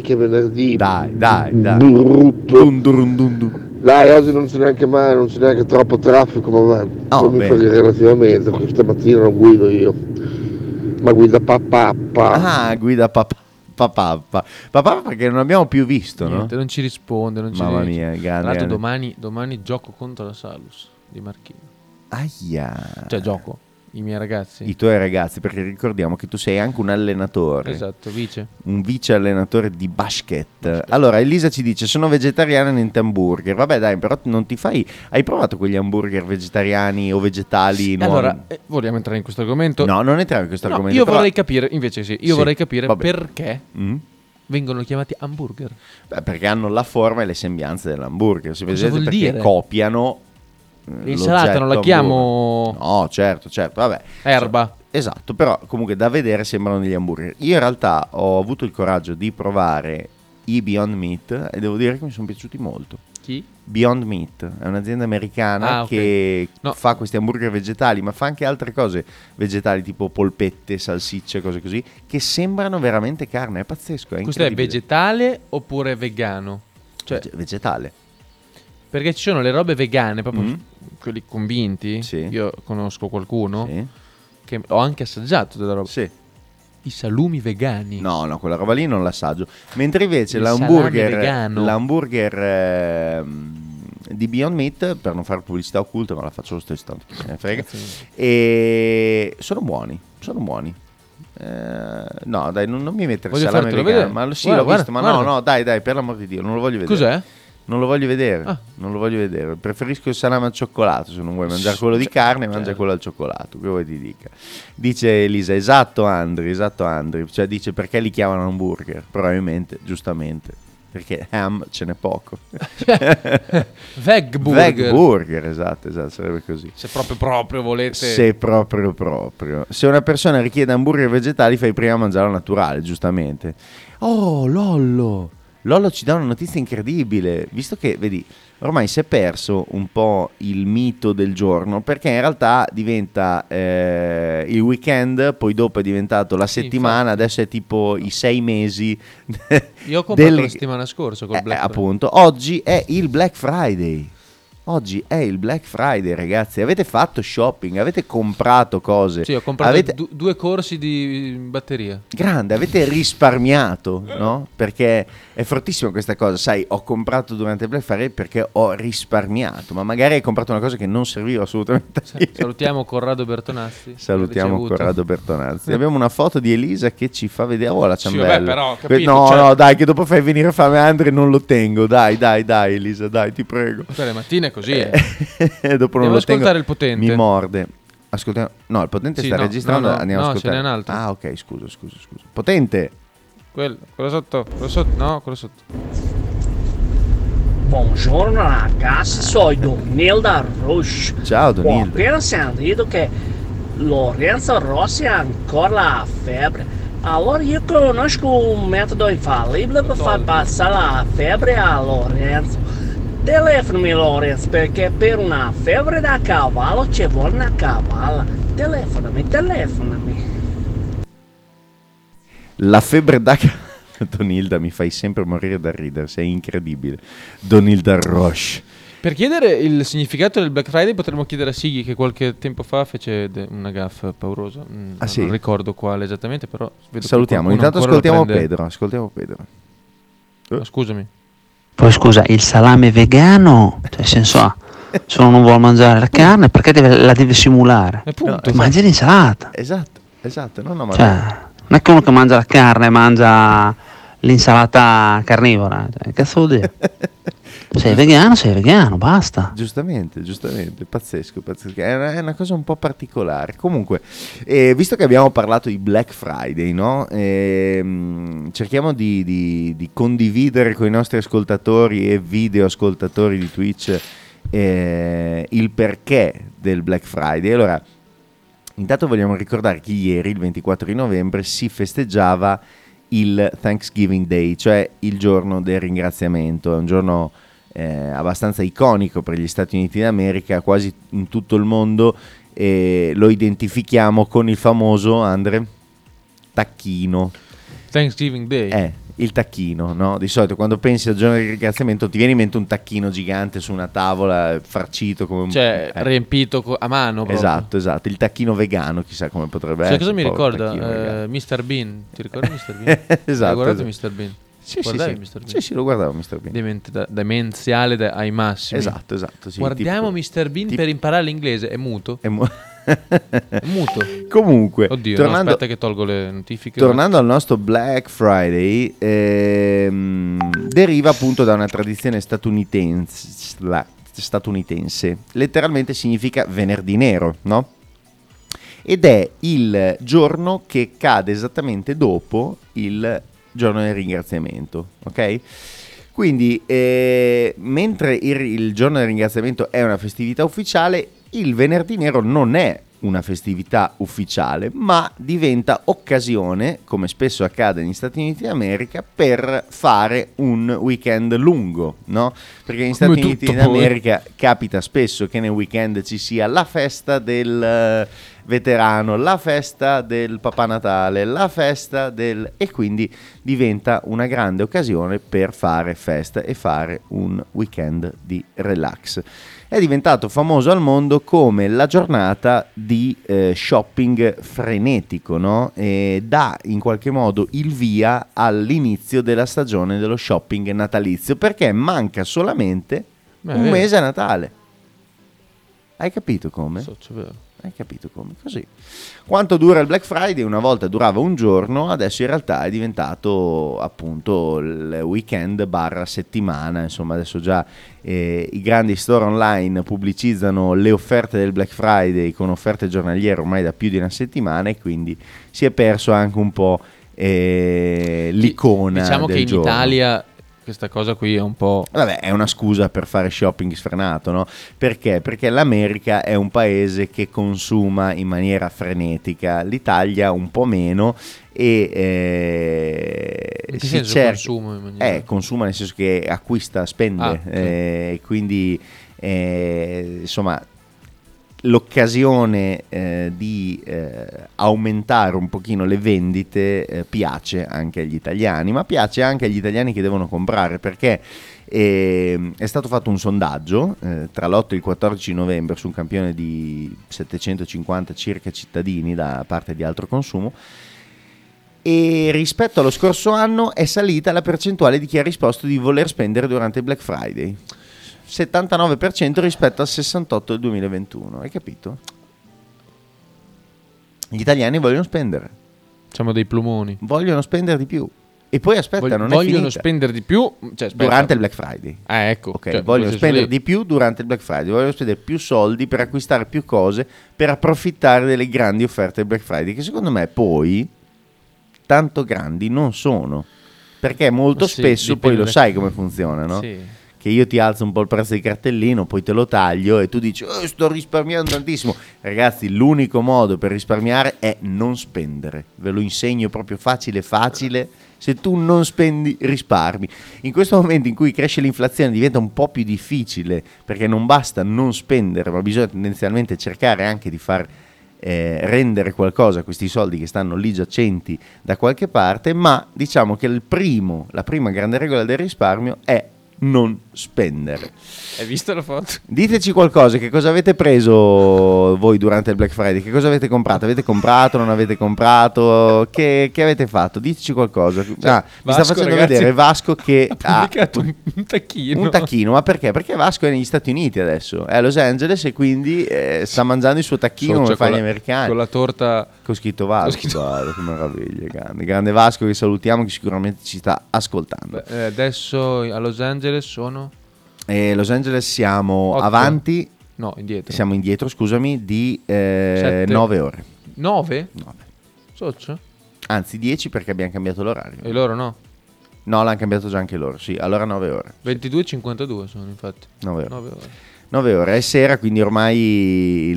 Brutto. Dai, oggi non c'è neanche troppo traffico, ma comunque relativamente, questa mattina non guido io, ma guida papà. Guida papà perché non abbiamo più visto. Niente, no? Non ci risponde, non ci Mamma riesce. mia, grande. Tra l'altro domani gioco contro la Salus di Marchino. Aia. Cioè gioco i miei ragazzi. I tuoi ragazzi, perché ricordiamo che tu sei anche un allenatore. Esatto, un vice allenatore di basket. Allora Elisa ci dice: sono vegetariana, niente hamburger. Vabbè dai, però non ti fai. Hai provato quegli hamburger vegetariani o vegetali? Allora, vogliamo entrare in questo argomento? No, non entriamo in questo argomento. Io vorrei capire, invece vorrei capire perché vengono chiamati hamburger. Beh, perché hanno la forma e le sembianze dell'hamburger. Cosa vuol perché dire? copiano. L'insalata non la chiamo... No, certo, vabbè. Erba. Esatto, però comunque da vedere sembrano degli hamburger. Io in realtà ho avuto il coraggio di provare i Beyond Meat e devo dire che mi sono piaciuti molto. Chi? Beyond Meat è un'azienda americana che fa questi hamburger vegetali, ma fa anche altre cose vegetali, tipo polpette, salsicce, cose così, che sembrano veramente carne. È pazzesco, è Questo è vegetale oppure vegano? Cioè vegetale. Perché ci sono le robe vegane, proprio quelli convinti. Sì. Io conosco qualcuno che ho anche assaggiato della roba. Sì. I salumi vegani. No, quella roba lì non l'assaggio. Mentre invece l'hamburger di Beyond Meat, per non fare pubblicità occulta, ma la faccio lo stesso, tanto che se ne frega. E sono buoni. No, dai, non mi mettere salame vegano. Ma sì, l'ho visto, ma no, dai, per l'amor di Dio, non lo voglio vedere. Cos'è? Non lo voglio vedere. Preferisco il salame al cioccolato. Se non vuoi mangiare quello di carne, mangia quello al cioccolato. Che vuoi ti dica? Dice Elisa, esatto Andri. Cioè dice perché li chiamano hamburger? Probabilmente, giustamente, perché ham ce n'è poco. Vegburger, esatto, sarebbe così. Se proprio volete. Se proprio. Se una persona richiede hamburger vegetali, fai prima mangiare naturale, giustamente. Oh, Lollo ci dà una notizia incredibile, visto che, vedi, ormai si è perso un po' il mito del giorno, perché in realtà diventa il weekend, poi dopo è diventato la settimana, adesso è tipo i 6 mesi. Io ho comprato la settimana scorsa col Black Friday. Appunto, oggi è il Black Friday. Ragazzi. Avete fatto shopping? Avete comprato cose? Sì, ho comprato 2 corsi di batteria. Grande, avete risparmiato, no? Perché è fortissimo questa cosa. Sai, ho comprato durante il Black Friday perché ho risparmiato. Ma magari hai comprato una cosa che non serviva assolutamente. Salutiamo Corrado Bertonazzi. Abbiamo una foto di Elisa che ci fa vedere. Oh, la ciambella. Sì, vabbè, però, capito, no, dai, che dopo fai venire fame Andre e non lo tengo. Dai, Elisa, dai, ti prego. Tutte le mattine così. Dopo non devo lo ascoltare tengo, il potente. Mi morde. Ascoltiamo. No, il potente sta registrando. Andiamo a ascoltare. Ce n'è un altro. Ah, ok, scusa. Potente. Quello sotto. No, quello sotto. Buongiorno ragazzi, sono Donilda Rush. Ciao Donilda. Ho appena sentito che Lorenzo Rossi ha ancora la febbre. Allora io conosco un metodo infallibile per far passare la febbre a Lorenzo. Telefonami Lorenzo, perché per una febbre da cavallo ci vuole una cavalla. Telefonami. La febbre da cavallo. Donilda, mi fai sempre morire da ridere, sei incredibile. Donilda Roche. Per chiedere il significato del Black Friday potremmo chiedere a Sighi, che qualche tempo fa fece una gaffe paurosa. Sì? Non ricordo quale esattamente, però salutiamo. Intanto ascoltiamo Pedro. Scusami. Poi scusa, il salame vegano, cioè nel senso ha, se uno non vuole mangiare la carne, perché la deve simulare? Mangia l'insalata. Esatto, no, ma cioè, non è che uno che mangia la carne mangia l'insalata carnivora, cioè, che cazzo vuol dire? Sei vegano, basta. Giustamente, pazzesco. È una cosa un po' particolare. Comunque, visto che abbiamo parlato di Black Friday, no? Cerchiamo di condividere con i nostri ascoltatori e video ascoltatori di Twitch il perché del Black Friday. Allora, intanto vogliamo ricordare che ieri, il 24 di novembre, si festeggiava il Thanksgiving Day, cioè il giorno del ringraziamento. È un giorno abbastanza iconico per gli Stati Uniti d'America, quasi in tutto il mondo lo identifichiamo con il famoso, Andre, tacchino. Thanksgiving Day. Il tacchino, no? Di solito quando pensi al giorno di ringraziamento ti viene in mente un tacchino gigante su una tavola, farcito come cioè riempito a mano proprio. Esatto, il tacchino vegano, chissà come potrebbe essere. Cosa mi ricorda? Mr. Bean, ti ricordi Mr. Bean? Esatto. Hai guardato Mr. Bean? Sì, lo guardavo Mr. Bean. Demenziale ai massimi. Esatto. Sì, guardiamo Mr. Bean per imparare l'inglese. È muto? È muto. Comunque, oddio, aspetta che tolgo le notifiche. Tornando al nostro Black Friday, deriva appunto da una tradizione statunitense. Letteralmente significa venerdì nero, no? Ed è il giorno che cade esattamente dopo il giorno del ringraziamento, ok? Quindi mentre il giorno del ringraziamento è una festività ufficiale, il venerdì nero non è una festività ufficiale, ma diventa occasione, come spesso accade negli Stati Uniti d'America, per fare un weekend lungo, no? Perché negli Stati Uniti d'America capita spesso che nel weekend ci sia la festa del veterano, la festa del Papà Natale, la festa e quindi diventa una grande occasione per fare festa e fare un weekend di relax. È diventato famoso al mondo come la giornata di shopping frenetico, no? E dà in qualche modo il via all'inizio della stagione dello shopping natalizio, perché manca solamente un mese a Natale. Hai capito come? Hai capito come? Così. Quanto dura il Black Friday? Una volta durava un giorno, adesso in realtà è diventato appunto il weekend / settimana. Insomma, adesso già i grandi store online pubblicizzano le offerte del Black Friday con offerte giornaliere ormai da più di una settimana, e quindi si è perso anche un po' l'icona diciamo del che in giorno. Italia questa cosa qui è un po'... Vabbè, è una scusa per fare shopping sfrenato, no? Perché? Perché l'America è un paese che consuma in maniera frenetica, l'Italia un po' meno, e in che senso consuma in maniera... consuma nel senso che acquista, spende, quindi insomma l'occasione di aumentare un pochino le vendite piace anche agli italiani, ma piace anche agli italiani che devono comprare, perché è stato fatto un sondaggio tra l'8 e il 14 novembre su un campione di 750 circa cittadini da parte di Altro Consumo, e rispetto allo scorso anno è salita la percentuale di chi ha risposto di voler spendere durante il Black Friday. 79% rispetto al 68% del 2021, hai capito? Gli italiani vogliono spendere. Siamo dei plumoni. Vogliono spendere di più. E poi aspetta, non è finita. Vogliono spendere di più, cioè, durante il Black Friday. Ecco. Ok, cioè, vogliono spendere di più durante il Black Friday, vogliono spendere più soldi per acquistare più cose, per approfittare delle grandi offerte del Black Friday, che secondo me poi tanto grandi non sono. Perché molto spesso poi lo sai come funziona, no? Sì. Che io ti alzo un po' il prezzo del cartellino, poi te lo taglio e tu dici sto risparmiando tantissimo. Ragazzi, l'unico modo per risparmiare è non spendere, ve lo insegno proprio facile. Se tu non spendi risparmi. In questo momento in cui cresce l'inflazione diventa un po' più difficile, perché non basta non spendere, ma bisogna tendenzialmente cercare anche di far rendere qualcosa a questi soldi che stanno lì giacenti da qualche parte. Ma diciamo che la prima grande regola del risparmio è non spendere. Hai visto la foto? Diteci qualcosa, che cosa avete preso voi durante il Black Friday? Che cosa avete comprato? Avete comprato, non avete comprato? Che avete fatto? Diteci qualcosa. Mi sta facendo vedere Vasco che ha pubblicato un tacchino. Un tacchino, ma perché? Perché Vasco è negli Stati Uniti adesso, è a Los Angeles e quindi sta mangiando il suo tacchino come fanno gli americani. Con la torta con scritto Vasco. Guarda, che meraviglia, grande Vasco, che salutiamo, che sicuramente ci sta ascoltando. Adesso a Los Angeles sono... Los Angeles siamo 8. avanti. No, indietro. Siamo indietro, scusami, di 9 ore. 9? 9. Socio? Anzi 10 perché abbiamo cambiato l'orario. E loro no? No, l'hanno cambiato già anche loro, sì. Allora 9 ore. 22:52 sono infatti. 9 ore. 9 ore, è sera, quindi ormai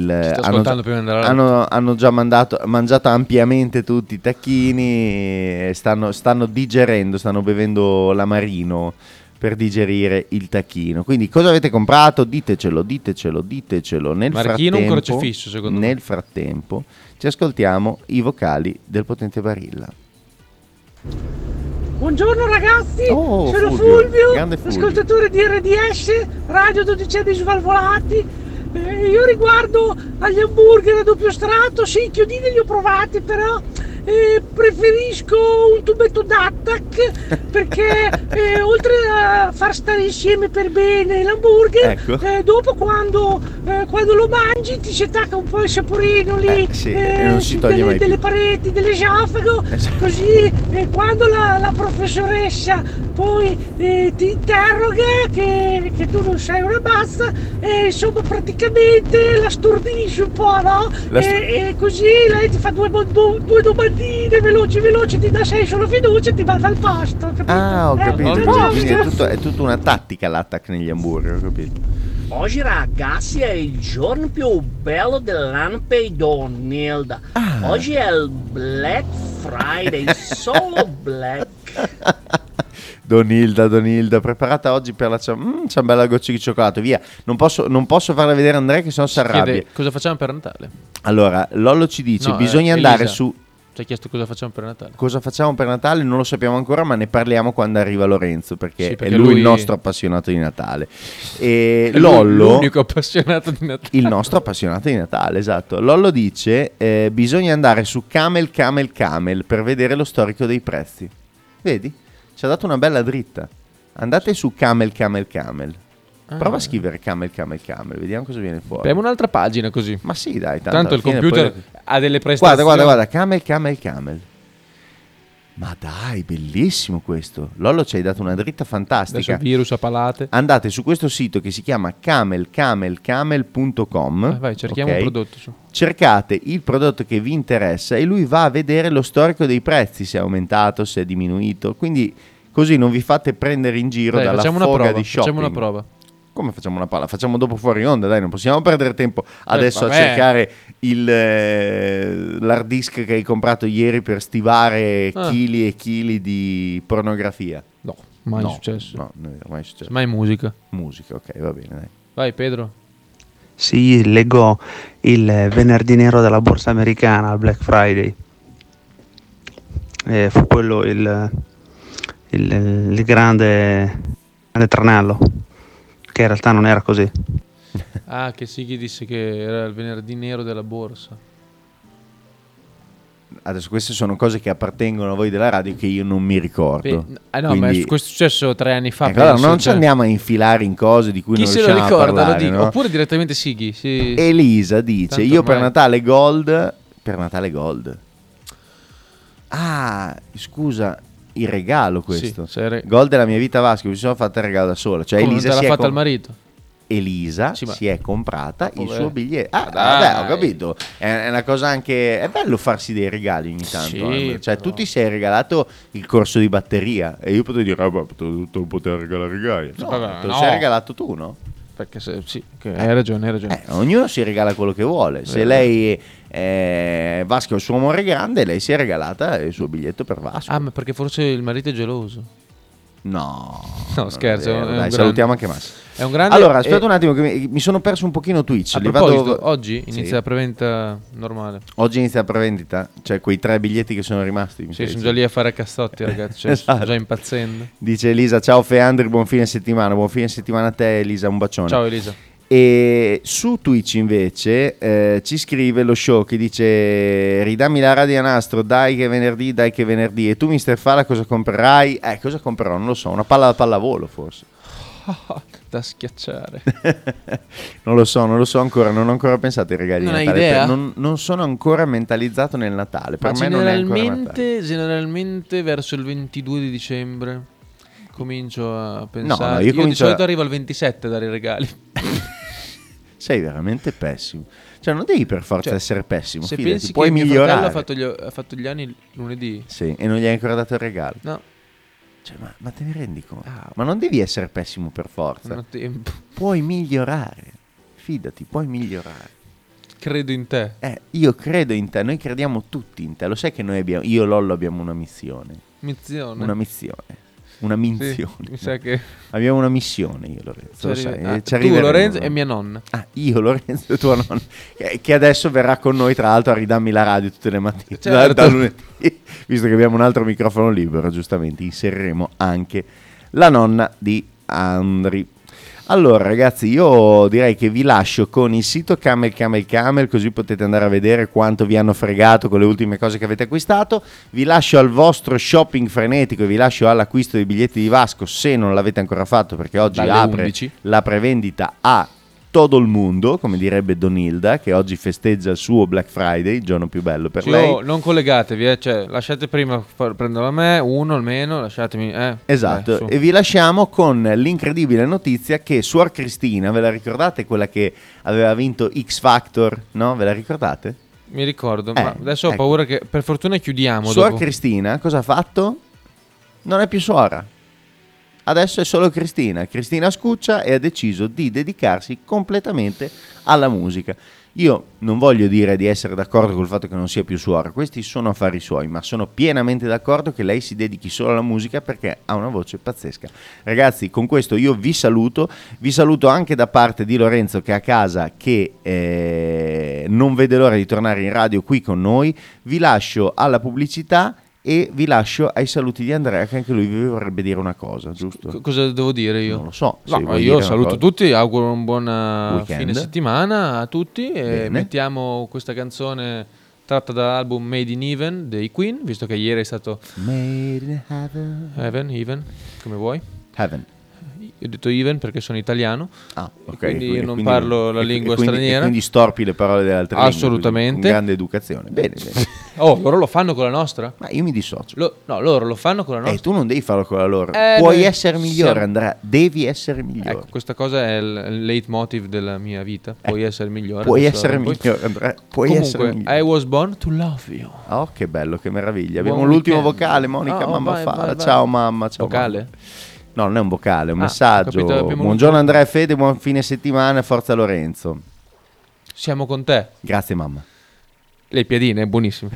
hanno già mangiato ampiamente tutti i tacchini, stanno digerendo, stanno bevendo l'amarino per digerire il tacchino. Quindi cosa avete comprato? Ditecelo. Marchino, un crocefisso secondo me. Nel frattempo ci ascoltiamo i vocali del potente Barilla. Buongiorno ragazzi, sono Fulvio, ascoltatore di RDS, Radio 12 Svalvolati. Io riguardo agli hamburger a doppio strato, sì, i chiodini li ho provati, però preferisco un tubetto d'attack perché oltre a far stare insieme per bene l'hamburger, ecco. Dopo quando lo mangi ti si attacca un po' il saporino lì, sì, non si toglie mai delle più. pareti, dell'esofago, così quando la professoressa poi ti interroga che tu non sei una mazza, insomma praticamente la stordisci un po', no? E così lei ti fa due domandine veloci, ti dà solo fiducia e ti manda al posto, capito? Ah, ho capito. Quindi è tutta una tattica l'attack negli hamburger, ho capito. Oggi ragazzi è il giorno più bello dell'anno per Donilda. Oggi è il Black Friday, solo Black. Donilda, preparata oggi per la ciambella gocce di cioccolato, via. Non posso farla vedere a Andrea che sennò si arrabbia. Cosa facciamo per Natale? Allora, Lollo ci dice, bisogna andare Elisa. su... Ci ha chiesto cosa facciamo per Natale. Cosa facciamo per Natale non lo sappiamo ancora, ma ne parliamo quando arriva Lorenzo, perché perché è lui il nostro appassionato di Natale. E È Lollo, l'unico appassionato di Natale. il nostro appassionato di Natale, esatto. Lollo dice bisogna andare su Camel per vedere lo storico dei prezzi. Vedi? Ci ha dato una bella dritta. Andate su Camel. Prova a scrivere Camel, vediamo cosa viene fuori. Abbiamo un'altra pagina così. Ma sì, dai, tanto il alla fine computer poi... ha delle prestazioni. Guarda, Camel. Ma dai, bellissimo questo. Lollo ci hai dato una dritta fantastica. Adesso virus a palate. Andate su questo sito che si chiama camelcamel.com. Vai, cerchiamo un prodotto su. Cercate il prodotto che vi interessa e lui va a vedere lo storico dei prezzi, se è aumentato, se è diminuito. Quindi così non vi fate prendere in giro dalla foga di shopping. Facciamo una prova. Come facciamo una palla? Facciamo dopo fuori onda, dai, non possiamo perdere tempo adesso a cercare l'hard disk che hai comprato ieri per stivare chili e chili di pornografia. No, mai successo. No, mai successo. Mai musica. Musica, ok, va bene, dai. Vai, Pedro. Sì, leggo il venerdì nero della borsa americana al Black Friday. Fu quello il grande tranello, che in realtà non era così. Ah, che Sighi disse che era il venerdì nero della borsa. Adesso queste sono cose che appartengono a voi della radio che io non mi ricordo. No, ma questo è successo 3 anni fa. Ecco, allora non ci andiamo a infilare in cose di cui chi non se lo riusciamo ricorda, a parlare, lo dico. no? Oppure direttamente Sighi. Sì. Elisa dice, tanto io per ormai... Natale Gold. Ah, scusa, il regalo questo. Sì, Gold della mia vita Vasco, mi sono fatta il regalo da sola. Cioè come, Elisa non te l'ha fatta il marito? Elisa si è comprata il suo biglietto. Dai. Ho capito. È una cosa anche. È bello farsi dei regali ogni tanto. Sì, cioè, tu ti sei regalato il corso di batteria. E io potevo dire, ma tu non potevi regalare regali. No, te lo sei regalato tu, no? Perché sì, hai ragione. Ognuno si regala quello che vuole. Se lei Vasco è il suo amore grande, lei si è regalata il suo biglietto per Vasco. Ah, ma perché forse il marito è geloso. No, scherzo. Dai, salutiamo anche Massimo. È un grande. Allora, aspetta un attimo, che mi sono perso un pochino Twitch. A proposito, oggi inizia la prevendita normale. Oggi inizia la prevendita? Cioè quei 3 biglietti che sono rimasti? Sì, sono già lì a fare cazzotti, ragazzi. Cioè, Esatto. Sto già impazzendo. Dice Elisa, ciao Feandri, buon fine settimana. Buon fine settimana a te, Elisa, un bacione. Ciao Elisa. E su Twitch invece ci scrive lo show che dice: ridammi la radio a nastro, dai che è venerdì, dai che è venerdì. E tu, Mister Fala, cosa comprerai? Cosa comprerò? Non lo so, una palla da pallavolo forse. Da schiacciare. Non lo so ancora, non ho ancora pensato ai regali non di Natale. Hai idea? Non sono ancora mentalizzato nel Natale. Per Ma me non è ancora Natale. generalmente verso il 22 di dicembre comincio a pensare. No, io comincio di solito arrivo al 27 a dare i regali. Sei veramente pessimo. Cioè non devi per forza essere pessimo. Se fidati, pensi puoi che mio migliorare. fratello ha fatto gli anni lunedì. Sì, e non gli hai ancora dato il regalo. No. Cioè, ma te ne rendi conto? Ma non devi essere pessimo per forza. Non ho tempo. Puoi migliorare. Fidati, puoi migliorare. Credo in te. Io credo in te, noi crediamo tutti in te. Lo sai che noi abbiamo, io e Lollo abbiamo una missione. Una missione. Una minzione. Sì, mi sa che abbiamo una missione, io e Lorenzo. Lo sai, tu, Lorenzo e mia nonna. Io, Lorenzo e tua nonna. Che adesso verrà con noi, tra l'altro, a ridammi la radio tutte le mattine. Certo. Da lunedì. Visto che abbiamo un altro microfono libero, giustamente inseriremo anche la nonna di Andri. Allora ragazzi, io direi che vi lascio con il sito Camel, così potete andare a vedere quanto vi hanno fregato con le ultime cose che avete acquistato. Vi lascio al vostro shopping frenetico e vi lascio all'acquisto dei biglietti di Vasco se non l'avete ancora fatto, perché oggi Dalle apre 11. la prevendita a todo il mondo, come direbbe Donilda, che oggi festeggia il suo Black Friday, il giorno più bello per lei. Non collegatevi, cioè lasciate prima prenderlo a me, uno almeno, lasciatemi. Esatto, e vi lasciamo con l'incredibile notizia che Suor Cristina, ve la ricordate quella che aveva vinto X Factor, no? Ve la ricordate? Mi ricordo, ma adesso ho paura che per fortuna chiudiamo. Suor dopo. Cristina cosa ha fatto? Non è più suora. Adesso è solo Cristina Scuccia, e ha deciso di dedicarsi completamente alla musica. Io non voglio dire di essere d'accordo col fatto che non sia più suora, questi sono affari suoi, ma sono pienamente d'accordo che lei si dedichi solo alla musica perché ha una voce pazzesca. Ragazzi, con questo io vi saluto anche da parte di Lorenzo che è a casa, che non vede l'ora di tornare in radio qui con noi. Vi lascio alla pubblicità e vi lascio ai saluti di Andrea, che anche lui vi vorrebbe dire una cosa, giusto? Cosa devo dire io? Non lo so. No, io saluto tutti, auguro un buon fine settimana a tutti e mettiamo questa canzone tratta dall'album Made in Heaven dei Queen, visto che ieri è stato Made in Heaven. Heaven, come vuoi. Heaven. Io ho detto even perché sono italiano, ok. Quindi io non parlo la lingua straniera. Quindi storpi le parole delle altre lingue. Assolutamente. Con grande educazione. Bene. Loro lo fanno con la nostra? Ma io mi dissocio. No, loro lo fanno con la nostra. Tu non devi farlo con la loro. Puoi essere migliore, Andrea. Devi essere migliore. Ecco, questa cosa è il leitmotiv della mia vita. Puoi essere migliore. Puoi essere migliore, Andrea. Puoi essere migliore. I was born to love you. Oh, che bello, che meraviglia. Abbiamo l'ultimo vocale, Monica Mammafala. Ciao mamma, ciao. Vocale? Mamma. No, non è un vocale, è un messaggio. Capito, buongiorno Andrea e Fede, buon fine settimana, forza Lorenzo. Siamo con te. Grazie mamma. Le piadine, buonissime.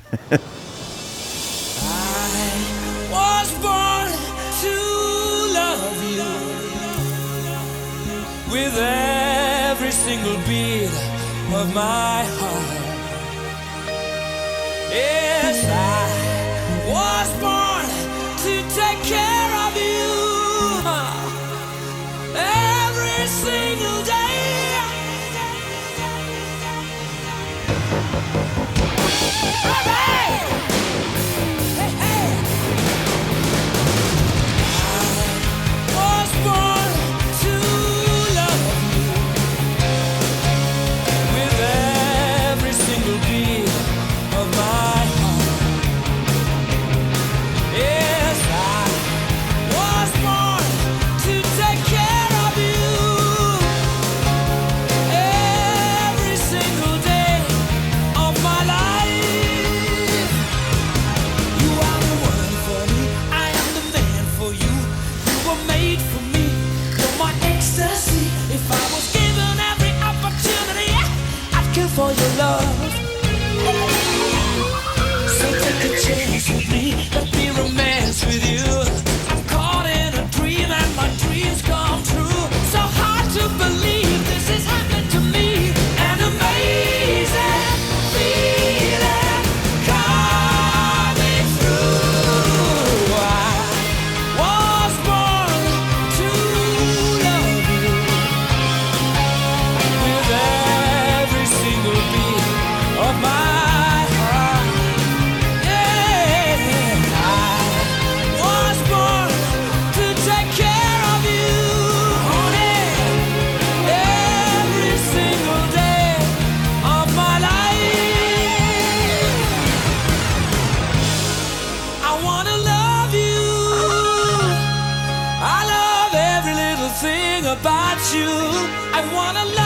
Was born to love you with every single beat of my heart. Yes, I was born to take care of you every single day. Hey, hey. I was born to love you with every single beat of my heart. Yes, I was born to take care of you every single day of my life. you. I wanna love